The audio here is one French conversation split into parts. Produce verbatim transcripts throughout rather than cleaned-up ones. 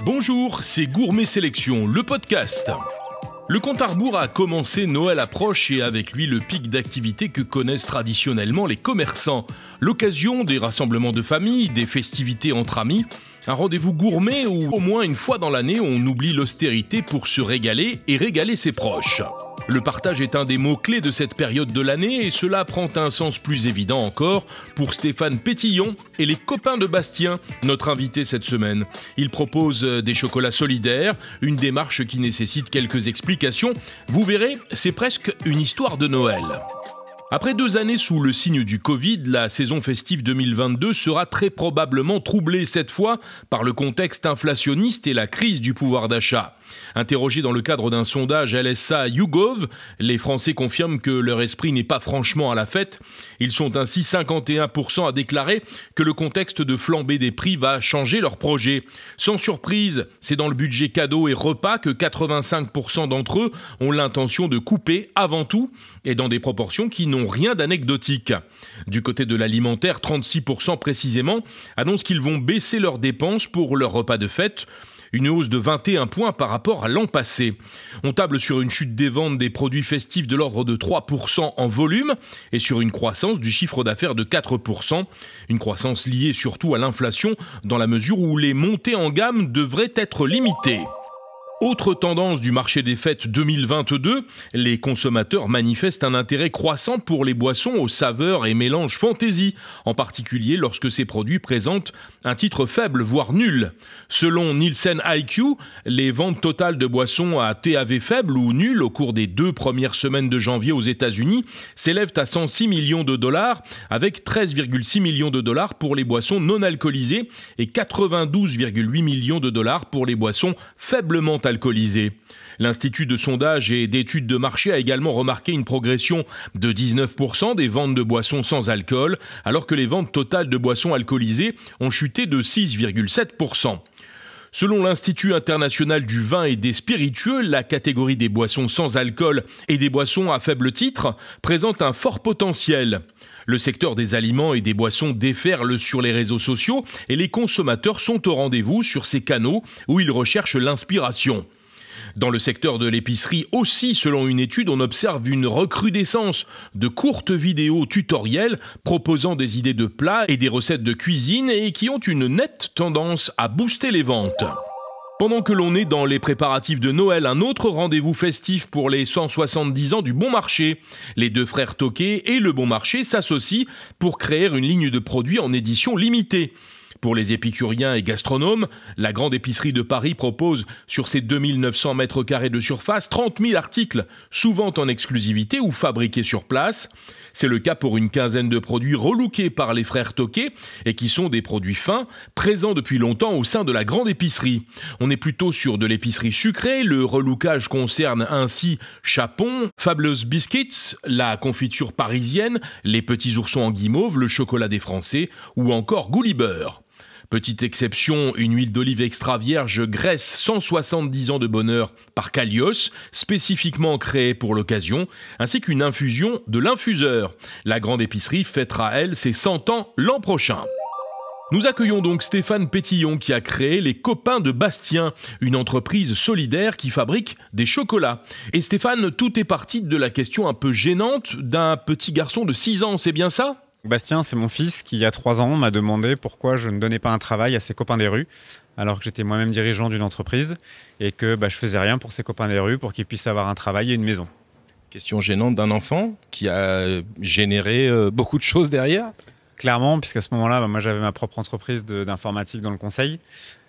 Bonjour, c'est Gourmet Sélection, le podcast. Le compte à rebours a commencé, Noël approche et avec lui le pic d'activité que connaissent traditionnellement les commerçants. L'occasion des rassemblements de famille, des festivités entre amis, un rendez-vous gourmet où au moins une fois dans l'année on oublie l'austérité pour se régaler et régaler ses proches. Le partage est un des mots-clés de cette période de l'année et cela prend un sens plus évident encore pour Stéphane Pétillon et les copains de Bastien, notre invité cette semaine. Il propose des chocolats solidaires, une démarche qui nécessite quelques explications. Vous verrez, c'est presque une histoire de Noël. Après deux années sous le signe du Covid, la saison festive deux mille vingt-deux sera très probablement troublée cette fois par le contexte inflationniste et la crise du pouvoir d'achat. Interrogés dans le cadre d'un sondage L S A YouGov, les Français confirment que leur esprit n'est pas franchement à la fête. Ils sont ainsi cinquante et un pour cent à déclarer que le contexte de flambée des prix va changer leur projet. Sans surprise, c'est dans le budget cadeaux et repas que quatre-vingt-cinq pour cent d'entre eux ont l'intention de couper avant tout et dans des proportions qui n'ont rien d'anecdotique. Du côté de l'alimentaire, trente-six pour cent précisément annoncent qu'ils vont baisser leurs dépenses pour leur repas de fête. Une hausse de vingt et un points par rapport à l'an passé. On table sur une chute des ventes des produits festifs de l'ordre de trois pour cent en volume et sur une croissance du chiffre d'affaires de quatre pour cent. Une croissance liée surtout à l'inflation dans la mesure où les montées en gamme devraient être limitées. Autre tendance du marché des fêtes deux mille vingt-deux, les consommateurs manifestent un intérêt croissant pour les boissons aux saveurs et mélanges fantaisie, en particulier lorsque ces produits présentent un titre faible, voire nul. Selon Nielsen I Q, les ventes totales de boissons à T A V faible ou nul au cours des deux premières semaines de janvier aux États-Unis s'élèvent à cent six millions de dollars, avec treize virgule six millions de dollars pour les boissons non alcoolisées et quatre-vingt-douze virgule huit millions de dollars pour les boissons faiblement alcoolisés. L'Institut de sondage et d'études de marché a également remarqué une progression de dix-neuf pour cent des ventes de boissons sans alcool, alors que les ventes totales de boissons alcoolisées ont chuté de six virgule sept pour cent. Selon l'Institut international du vin et des spiritueux, la catégorie des boissons sans alcool et des boissons à faible titre présente un fort potentiel. Le secteur des aliments et des boissons déferle sur les réseaux sociaux et les consommateurs sont au rendez-vous sur ces canaux où ils recherchent l'inspiration. Dans le secteur de l'épicerie aussi, selon une étude, on observe une recrudescence de courtes vidéos tutoriels proposant des idées de plats et des recettes de cuisine et qui ont une nette tendance à booster les ventes. Pendant que l'on est dans les préparatifs de Noël, un autre rendez-vous festif pour les cent soixante-dix ans du Bon Marché. Les deux frères Tocqué et le Bon Marché s'associent pour créer une ligne de produits en édition limitée. Pour les épicuriens et gastronomes, la grande épicerie de Paris propose sur ses deux mille neuf cents mètres carrés de surface trente mille articles, souvent en exclusivité ou fabriqués sur place. C'est le cas pour une quinzaine de produits relookés par les frères Tocqué et qui sont des produits fins, présents depuis longtemps au sein de la grande épicerie. On est plutôt sur de l'épicerie sucrée, le relookage concerne ainsi Chapon, Fabulous Biscuits, la confiture parisienne, les petits oursons en guimauve, le chocolat des Français ou encore Goulibeur. Petite exception, une huile d'olive extra vierge Grèce cent soixante-dix ans de bonheur par Kalios, spécifiquement créée pour l'occasion, ainsi qu'une infusion de l'infuseur. La grande épicerie fêtera, elle, ses cent ans l'an prochain. Nous accueillons donc Stéphane Pétillon qui a créé les Copains de Bastien, une entreprise solidaire qui fabrique des chocolats. Et Stéphane, tout est parti de la question un peu gênante d'un petit garçon de six ans, c'est bien ça ? Bastien, c'est mon fils qui, il y a trois ans, m'a demandé pourquoi je ne donnais pas un travail à ses copains des rues, alors que j'étais moi-même dirigeant d'une entreprise et que bah, je faisais rien pour ses copains des rues pour qu'ils puissent avoir un travail et une maison. Question gênante d'un enfant qui a généré euh, beaucoup de choses derrière. Clairement, puisqu'à ce moment-là, bah, moi j'avais ma propre entreprise de, d'informatique dans le conseil.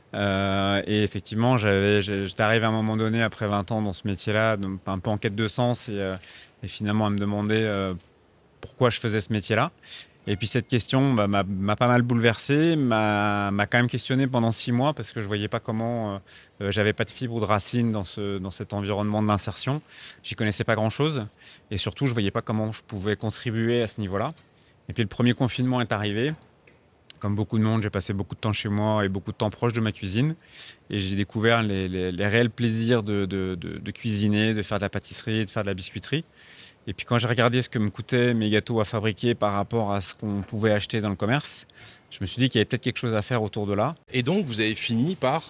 Euh, et effectivement, j'avais, j'étais arrivé à un moment donné, après vingt ans dans ce métier-là, donc, un peu en quête de sens et, euh, et finalement à me demander euh, pourquoi je faisais ce métier-là. Et puis cette question bah, m'a, m'a pas mal bouleversé, m'a, m'a quand même questionné pendant six mois parce que je voyais pas comment, euh, j'avais pas de fibre ou de racines dans, ce, dans cet environnement de l'insertion. J'y connaissais pas grand-chose et surtout je voyais pas comment je pouvais contribuer à ce niveau-là. Et puis le premier confinement est arrivé. Comme beaucoup de monde, j'ai passé beaucoup de temps chez moi et beaucoup de temps proche de ma cuisine. Et j'ai découvert les, les, les réels plaisirs de, de, de, de cuisiner, de faire de la pâtisserie, de faire de la biscuiterie. Et puis quand j'ai regardé ce que me coûtaient mes gâteaux à fabriquer par rapport à ce qu'on pouvait acheter dans le commerce, je me suis dit qu'il y avait peut-être quelque chose à faire autour de là. Et donc vous avez fini par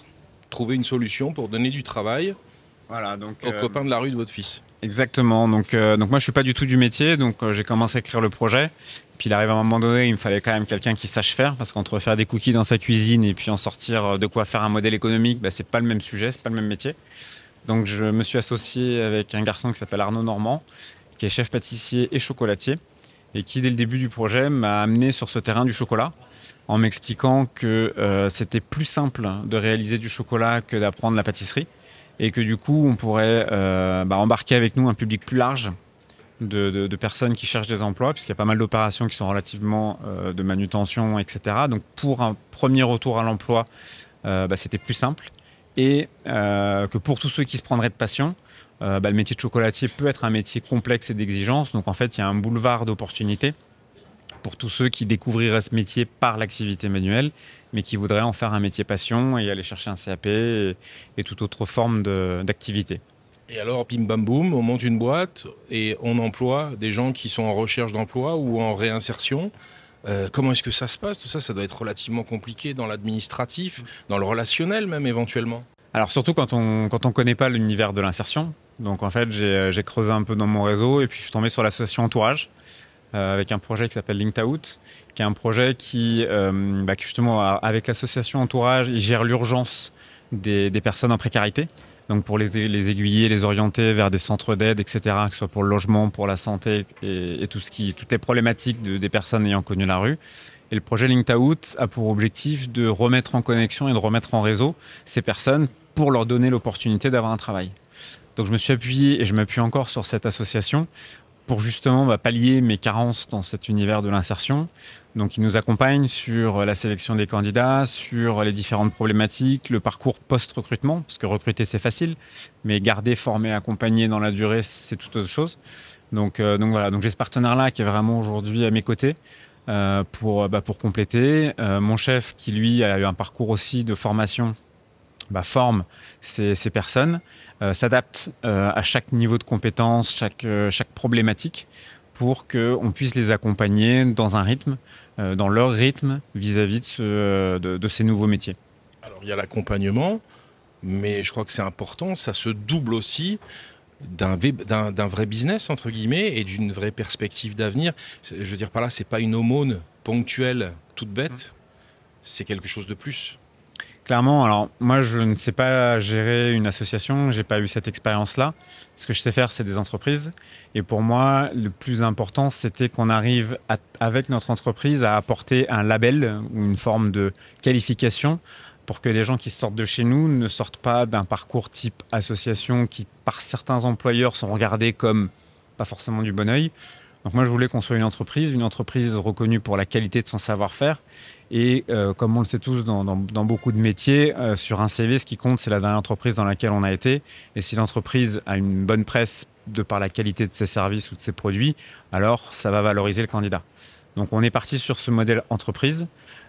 trouver une solution pour donner du travail voilà, donc, aux euh, copains de la rue de votre fils. Exactement. Donc, euh, donc moi, je suis pas du tout du métier. Donc, euh, j'ai commencé à écrire le projet. Puis, il arrive à un moment donné, il me fallait quand même quelqu'un qui sache faire, parce qu'entre faire des cookies dans sa cuisine et puis en sortir de quoi faire un modèle économique, bah, c'est pas le même sujet, c'est pas le même métier. Donc, je me suis associé avec un garçon qui s'appelle Arnaud Normand, qui est chef pâtissier et chocolatier, et qui, dès le début du projet, m'a amené sur ce terrain du chocolat, en m'expliquant que euh, c'était plus simple de réaliser du chocolat que d'apprendre la pâtisserie. Et que du coup, on pourrait euh, bah, embarquer avec nous un public plus large de, de, de personnes qui cherchent des emplois, puisqu'il y a pas mal d'opérations qui sont relativement euh, de manutention, et cetera. Donc pour un premier retour à l'emploi, euh, bah, c'était plus simple. Et euh, que pour tous ceux qui se prendraient de passion, euh, bah, le métier de chocolatier peut être un métier complexe et d'exigence. Donc en fait, il y a un boulevard d'opportunités pour tous ceux qui découvriraient ce métier par l'activité manuelle, mais qui voudraient en faire un métier passion et aller chercher un C A P et, et toute autre forme de, d'activité. Et alors, bim bam boum, on monte une boîte et on emploie des gens qui sont en recherche d'emploi ou en réinsertion. Euh, comment est-ce que ça se passe ? Tout ça, ça doit être relativement compliqué dans l'administratif, dans le relationnel même éventuellement. Alors surtout quand on quand on connaît pas l'univers de l'insertion. Donc en fait, j'ai, j'ai creusé un peu dans mon réseau et puis je suis tombé sur l'association Entourage. Euh, avec un projet qui s'appelle Linked Out, qui est un projet qui, euh, bah, qui justement, avec l'association Entourage, il gère l'urgence des, des personnes en précarité. Donc pour les, les aiguiller, les orienter vers des centres d'aide, et cetera, que ce soit pour le logement, pour la santé et, et tout ce qui, toutes les problématiques de, des personnes ayant connu la rue. Et le projet Linked Out a pour objectif de remettre en connexion et de remettre en réseau ces personnes pour leur donner l'opportunité d'avoir un travail. Donc je me suis appuyé et je m'appuie encore sur cette association pour justement bah, pallier mes carences dans cet univers de l'insertion. Donc, ils nous accompagnent sur la sélection des candidats, sur les différentes problématiques, le parcours post-recrutement, parce que recruter, c'est facile, mais garder, former, accompagner dans la durée, c'est toute autre chose. Donc, euh, donc voilà, donc j'ai ce partenaire-là qui est vraiment aujourd'hui à mes côtés euh, pour, bah, pour compléter. Euh, mon chef, qui lui a eu un parcours aussi de formation, bah, forme ces, ces personnes, euh, s'adapte euh, à chaque niveau de compétence, chaque, euh, chaque problématique, pour qu'on puisse les accompagner dans un rythme, euh, dans leur rythme vis-à-vis de, ce, de, de ces nouveaux métiers. Alors il y a l'accompagnement, mais je crois que c'est important, ça se double aussi d'un, d'un, d'un vrai business, entre guillemets, et d'une vraie perspective d'avenir. Je veux dire par là, c'est pas une aumône ponctuelle, toute bête, c'est quelque chose de plus. Clairement, alors moi je ne sais pas gérer une association, j'ai pas eu cette expérience-là. Ce que je sais faire, c'est des entreprises. Et pour moi, le plus important, c'était qu'on arrive à, avec notre entreprise à apporter un label ou une forme de qualification pour que les gens qui sortent de chez nous ne sortent pas d'un parcours type association qui, par certains employeurs, sont regardés comme pas forcément du bon œil. Donc moi, je voulais qu'on soit une entreprise, une entreprise reconnue pour la qualité de son savoir-faire. Et euh, comme on le sait tous dans, dans, dans beaucoup de métiers, euh, sur un C V, ce qui compte, c'est la dernière entreprise dans laquelle on a été. Et si l'entreprise a une bonne presse de par la qualité de ses services ou de ses produits, alors ça va valoriser le candidat. Donc on est parti sur ce modèle entreprise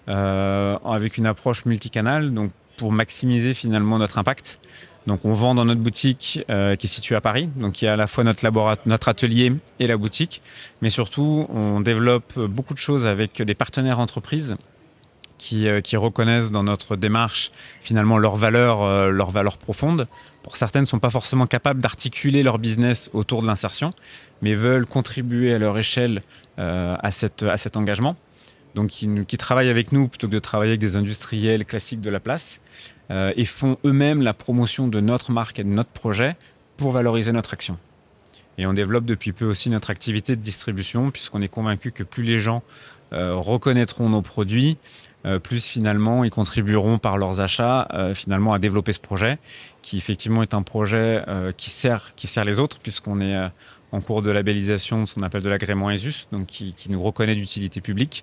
euh, avec une approche multicanale, donc pour maximiser finalement notre impact. Donc on vend dans notre boutique euh, qui est située à Paris, donc il y a à la fois notre laboratoire, notre atelier et la boutique, mais surtout on développe beaucoup de choses avec des partenaires entreprises qui, euh, qui reconnaissent dans notre démarche finalement leurs valeurs, euh, leurs valeurs profondes. Pour certaines, ne sont pas forcément capables d'articuler leur business autour de l'insertion, mais veulent contribuer à leur échelle euh, à, cette, à cet engagement. Donc qui, qui travaillent avec nous plutôt que de travailler avec des industriels classiques de la place euh, et font eux-mêmes la promotion de notre marque et de notre projet pour valoriser notre action. Et on développe depuis peu aussi notre activité de distribution puisqu'on est convaincu que plus les gens euh, reconnaîtront nos produits, euh, plus finalement ils contribueront par leurs achats euh, finalement à développer ce projet qui effectivement est un projet euh, qui sert, qui sert les autres puisqu'on est euh, en cours de labellisation de ce qu'on appelle de l'agrément E S U S, donc qui, qui nous reconnaît d'utilité publique.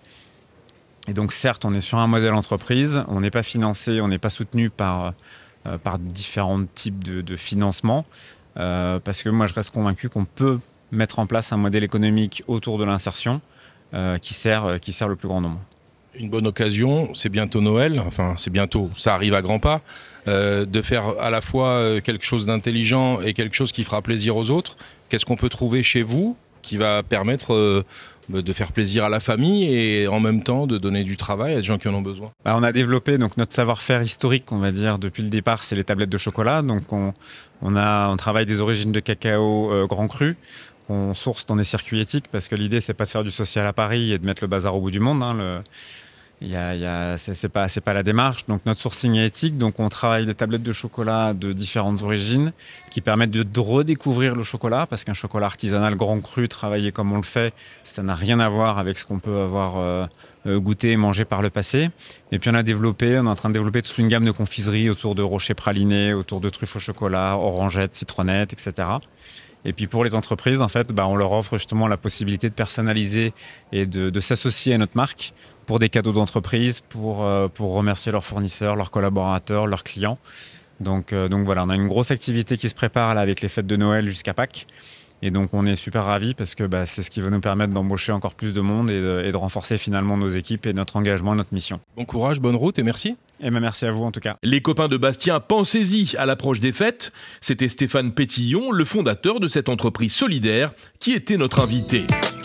Et donc certes, on est sur un modèle entreprise, on n'est pas financé, on n'est pas soutenu par, euh, par différents types de, de financement, euh, parce que moi je reste convaincu qu'on peut mettre en place un modèle économique autour de l'insertion euh, qui sert, qui sert le plus grand nombre. Une bonne occasion, c'est bientôt Noël, enfin c'est bientôt, ça arrive à grands pas, euh, de faire à la fois quelque chose d'intelligent et quelque chose qui fera plaisir aux autres. Qu'est-ce qu'on peut trouver chez vous qui va permettre euh, de faire plaisir à la famille et en même temps de donner du travail à des gens qui en ont besoin. Bah, on a développé donc notre savoir-faire historique, on va dire, depuis le départ, c'est les tablettes de chocolat. Donc on, on, a, on travaille des origines de cacao euh, grand cru, qu'on source dans des circuits éthiques, parce que l'idée, c'est pas de faire du social à Paris et de mettre le bazar au bout du monde. Hein, le, Il y a, il y a, c'est, c'est pas, c'est pas la démarche. Donc notre sourcing est éthique. Donc on travaille des tablettes de chocolat de différentes origines qui permettent de, de redécouvrir le chocolat, parce qu'un chocolat artisanal grand cru travaillé comme on le fait, ça n'a rien à voir avec ce qu'on peut avoir euh, goûté et mangé par le passé. Et puis on a développé, on est en train de développer toute une gamme de confiseries autour de rochers pralinés, autour de truffes au chocolat, orangettes, citronnettes, et cetera. Et puis pour les entreprises, en fait, bah, on leur offre justement la possibilité de personnaliser et de, de s'associer à notre marque pour des cadeaux d'entreprise, pour, euh, pour remercier leurs fournisseurs, leurs collaborateurs, leurs clients. Donc, euh, donc voilà, on a une grosse activité qui se prépare là, avec les fêtes de Noël jusqu'à Pâques. Et donc on est super ravis parce que bah, c'est ce qui va nous permettre d'embaucher encore plus de monde et de, et de renforcer finalement nos équipes et notre engagement et notre mission. Bon courage, bonne route et merci. Et ben merci à vous en tout cas. Les copains de Bastien, pensez-y à l'approche des fêtes. C'était Stéphane Pétillon, le fondateur de cette entreprise solidaire, qui était notre invité.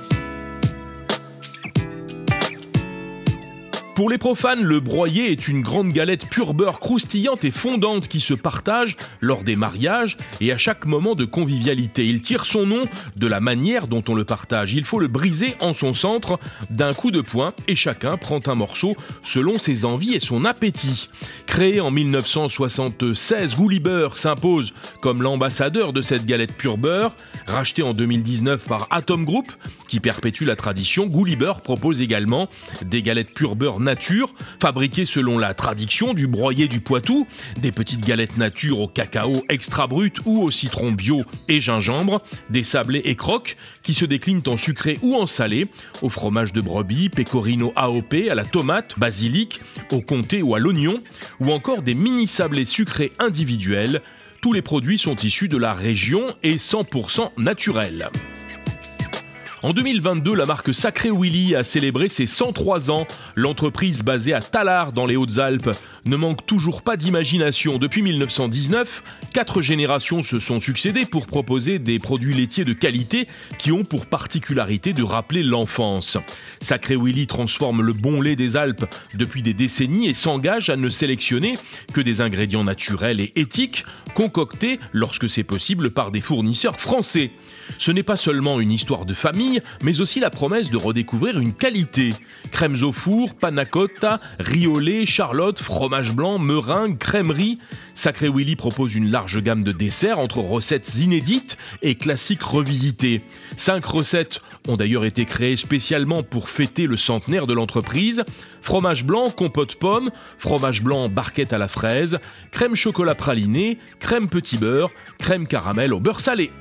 Pour les profanes, le broyé est une grande galette pur beurre croustillante et fondante qui se partage lors des mariages et à chaque moment de convivialité. Il tire son nom de la manière dont on le partage. Il faut le briser en son centre d'un coup de poing et chacun prend un morceau selon ses envies et son appétit. Créé en mille neuf cent soixante-seize, Goulibeur s'impose comme l'ambassadeur de cette galette pur beurre. Racheté en deux mille dix-neuf par Atom Group, qui perpétue la tradition, Goulibeur propose également des galettes pur beurre nature, fabriquées selon la tradition du broyé du Poitou, des petites galettes nature au cacao extra brut ou au citron bio et gingembre, des sablés et croques qui se déclinent en sucré ou en salé, au fromage de brebis, pecorino A O P, à la tomate, basilic, au comté ou à l'oignon, ou encore des mini sablés sucrés individuels. Tous les produits sont issus de la région et cent pour cent naturels. En deux mille vingt-deux, la marque Sacré Willy a célébré ses cent trois ans. L'entreprise basée à Tallard dans les Hautes-Alpes ne manque toujours pas d'imagination. Depuis mille neuf cent dix-neuf, quatre générations se sont succédées pour proposer des produits laitiers de qualité qui ont pour particularité de rappeler l'enfance. Sacré Willy transforme le bon lait des Alpes depuis des décennies et s'engage à ne sélectionner que des ingrédients naturels et éthiques, concoctés lorsque c'est possible par des fournisseurs français. Ce n'est pas seulement une histoire de famille, mais aussi la promesse de redécouvrir une qualité. Crèmes au four, panna cotta, riz au lait, charlotte, fromage blanc, meringue, crèmerie. Sacré Willy propose une large gamme de desserts entre recettes inédites et classiques revisités. Cinq recettes ont d'ailleurs été créées spécialement pour fêter le centenaire de l'entreprise. Fromage blanc, compote pomme, fromage blanc, barquette à la fraise, crème chocolat praliné, crème petit beurre, crème caramel au beurre salé.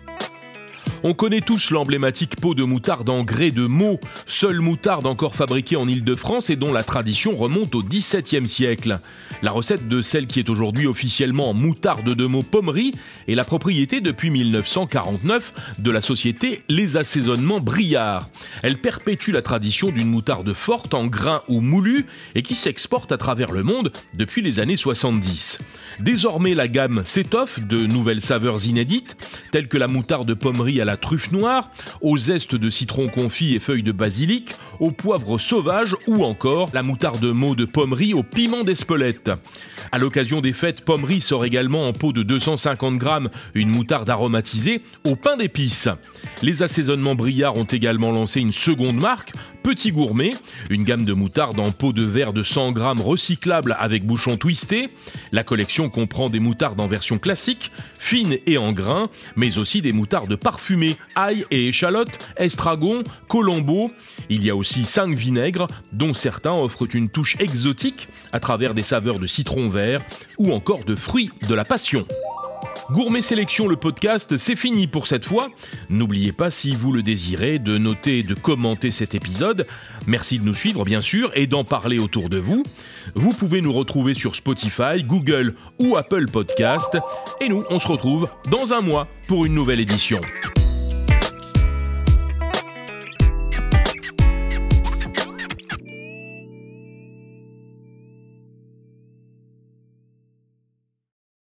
On connaît tous l'emblématique pot de moutarde en grès de Meaux, seule moutarde encore fabriquée en Île-de-France et dont la tradition remonte au dix-septième siècle. La recette de celle qui est aujourd'hui officiellement moutarde de Meaux Pommery est la propriété depuis mille neuf cent quarante-neuf de la société Les Assaisonnements Briard. Elle perpétue la tradition d'une moutarde forte en grains ou moulu et qui s'exporte à travers le monde depuis les années soixante-dix. Désormais, la gamme s'étoffe de nouvelles saveurs inédites, telles que la moutarde Pommery à la truffe noire, aux zestes de citron confit et feuilles de basilic, au poivre sauvage ou encore la moutarde Meaux de Pommery au piment d'Espelette. À l'occasion des fêtes, Pommery sort également en pot de deux cent cinquante grammes une moutarde aromatisée au pain d'épices. Les Assaisonnements Briard ont également lancé une seconde marque, Petit Gourmet, une gamme de moutarde en pot de verre de cent grammes recyclable avec bouchon twisté. La collection comprend des moutardes en version classique, fines et en grains, mais aussi des moutardes parfumées, ail et échalote, estragon, colombo. Il y a aussi cinq vinaigres, dont certains offrent une touche exotique à travers des saveurs de citron vert ou encore de fruits de la passion. Gourmet Sélection, le podcast, c'est fini pour cette fois. N'oubliez pas, si vous le désirez, de noter et de commenter cet épisode. Merci de nous suivre, bien sûr, et d'en parler autour de vous. Vous pouvez nous retrouver sur Spotify, Google ou Apple Podcast. Et nous, on se retrouve dans un mois pour une nouvelle édition.